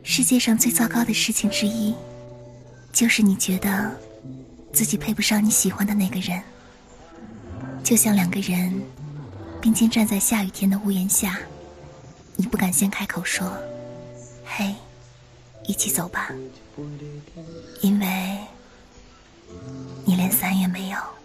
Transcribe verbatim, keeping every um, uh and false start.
世界上最糟糕的事情之一，就是你觉得自己配不上你喜欢的那个人。就像两个人并肩站在下雨天的屋檐下，你不敢先开口说嘿，一起走吧，因为你连伞也没有。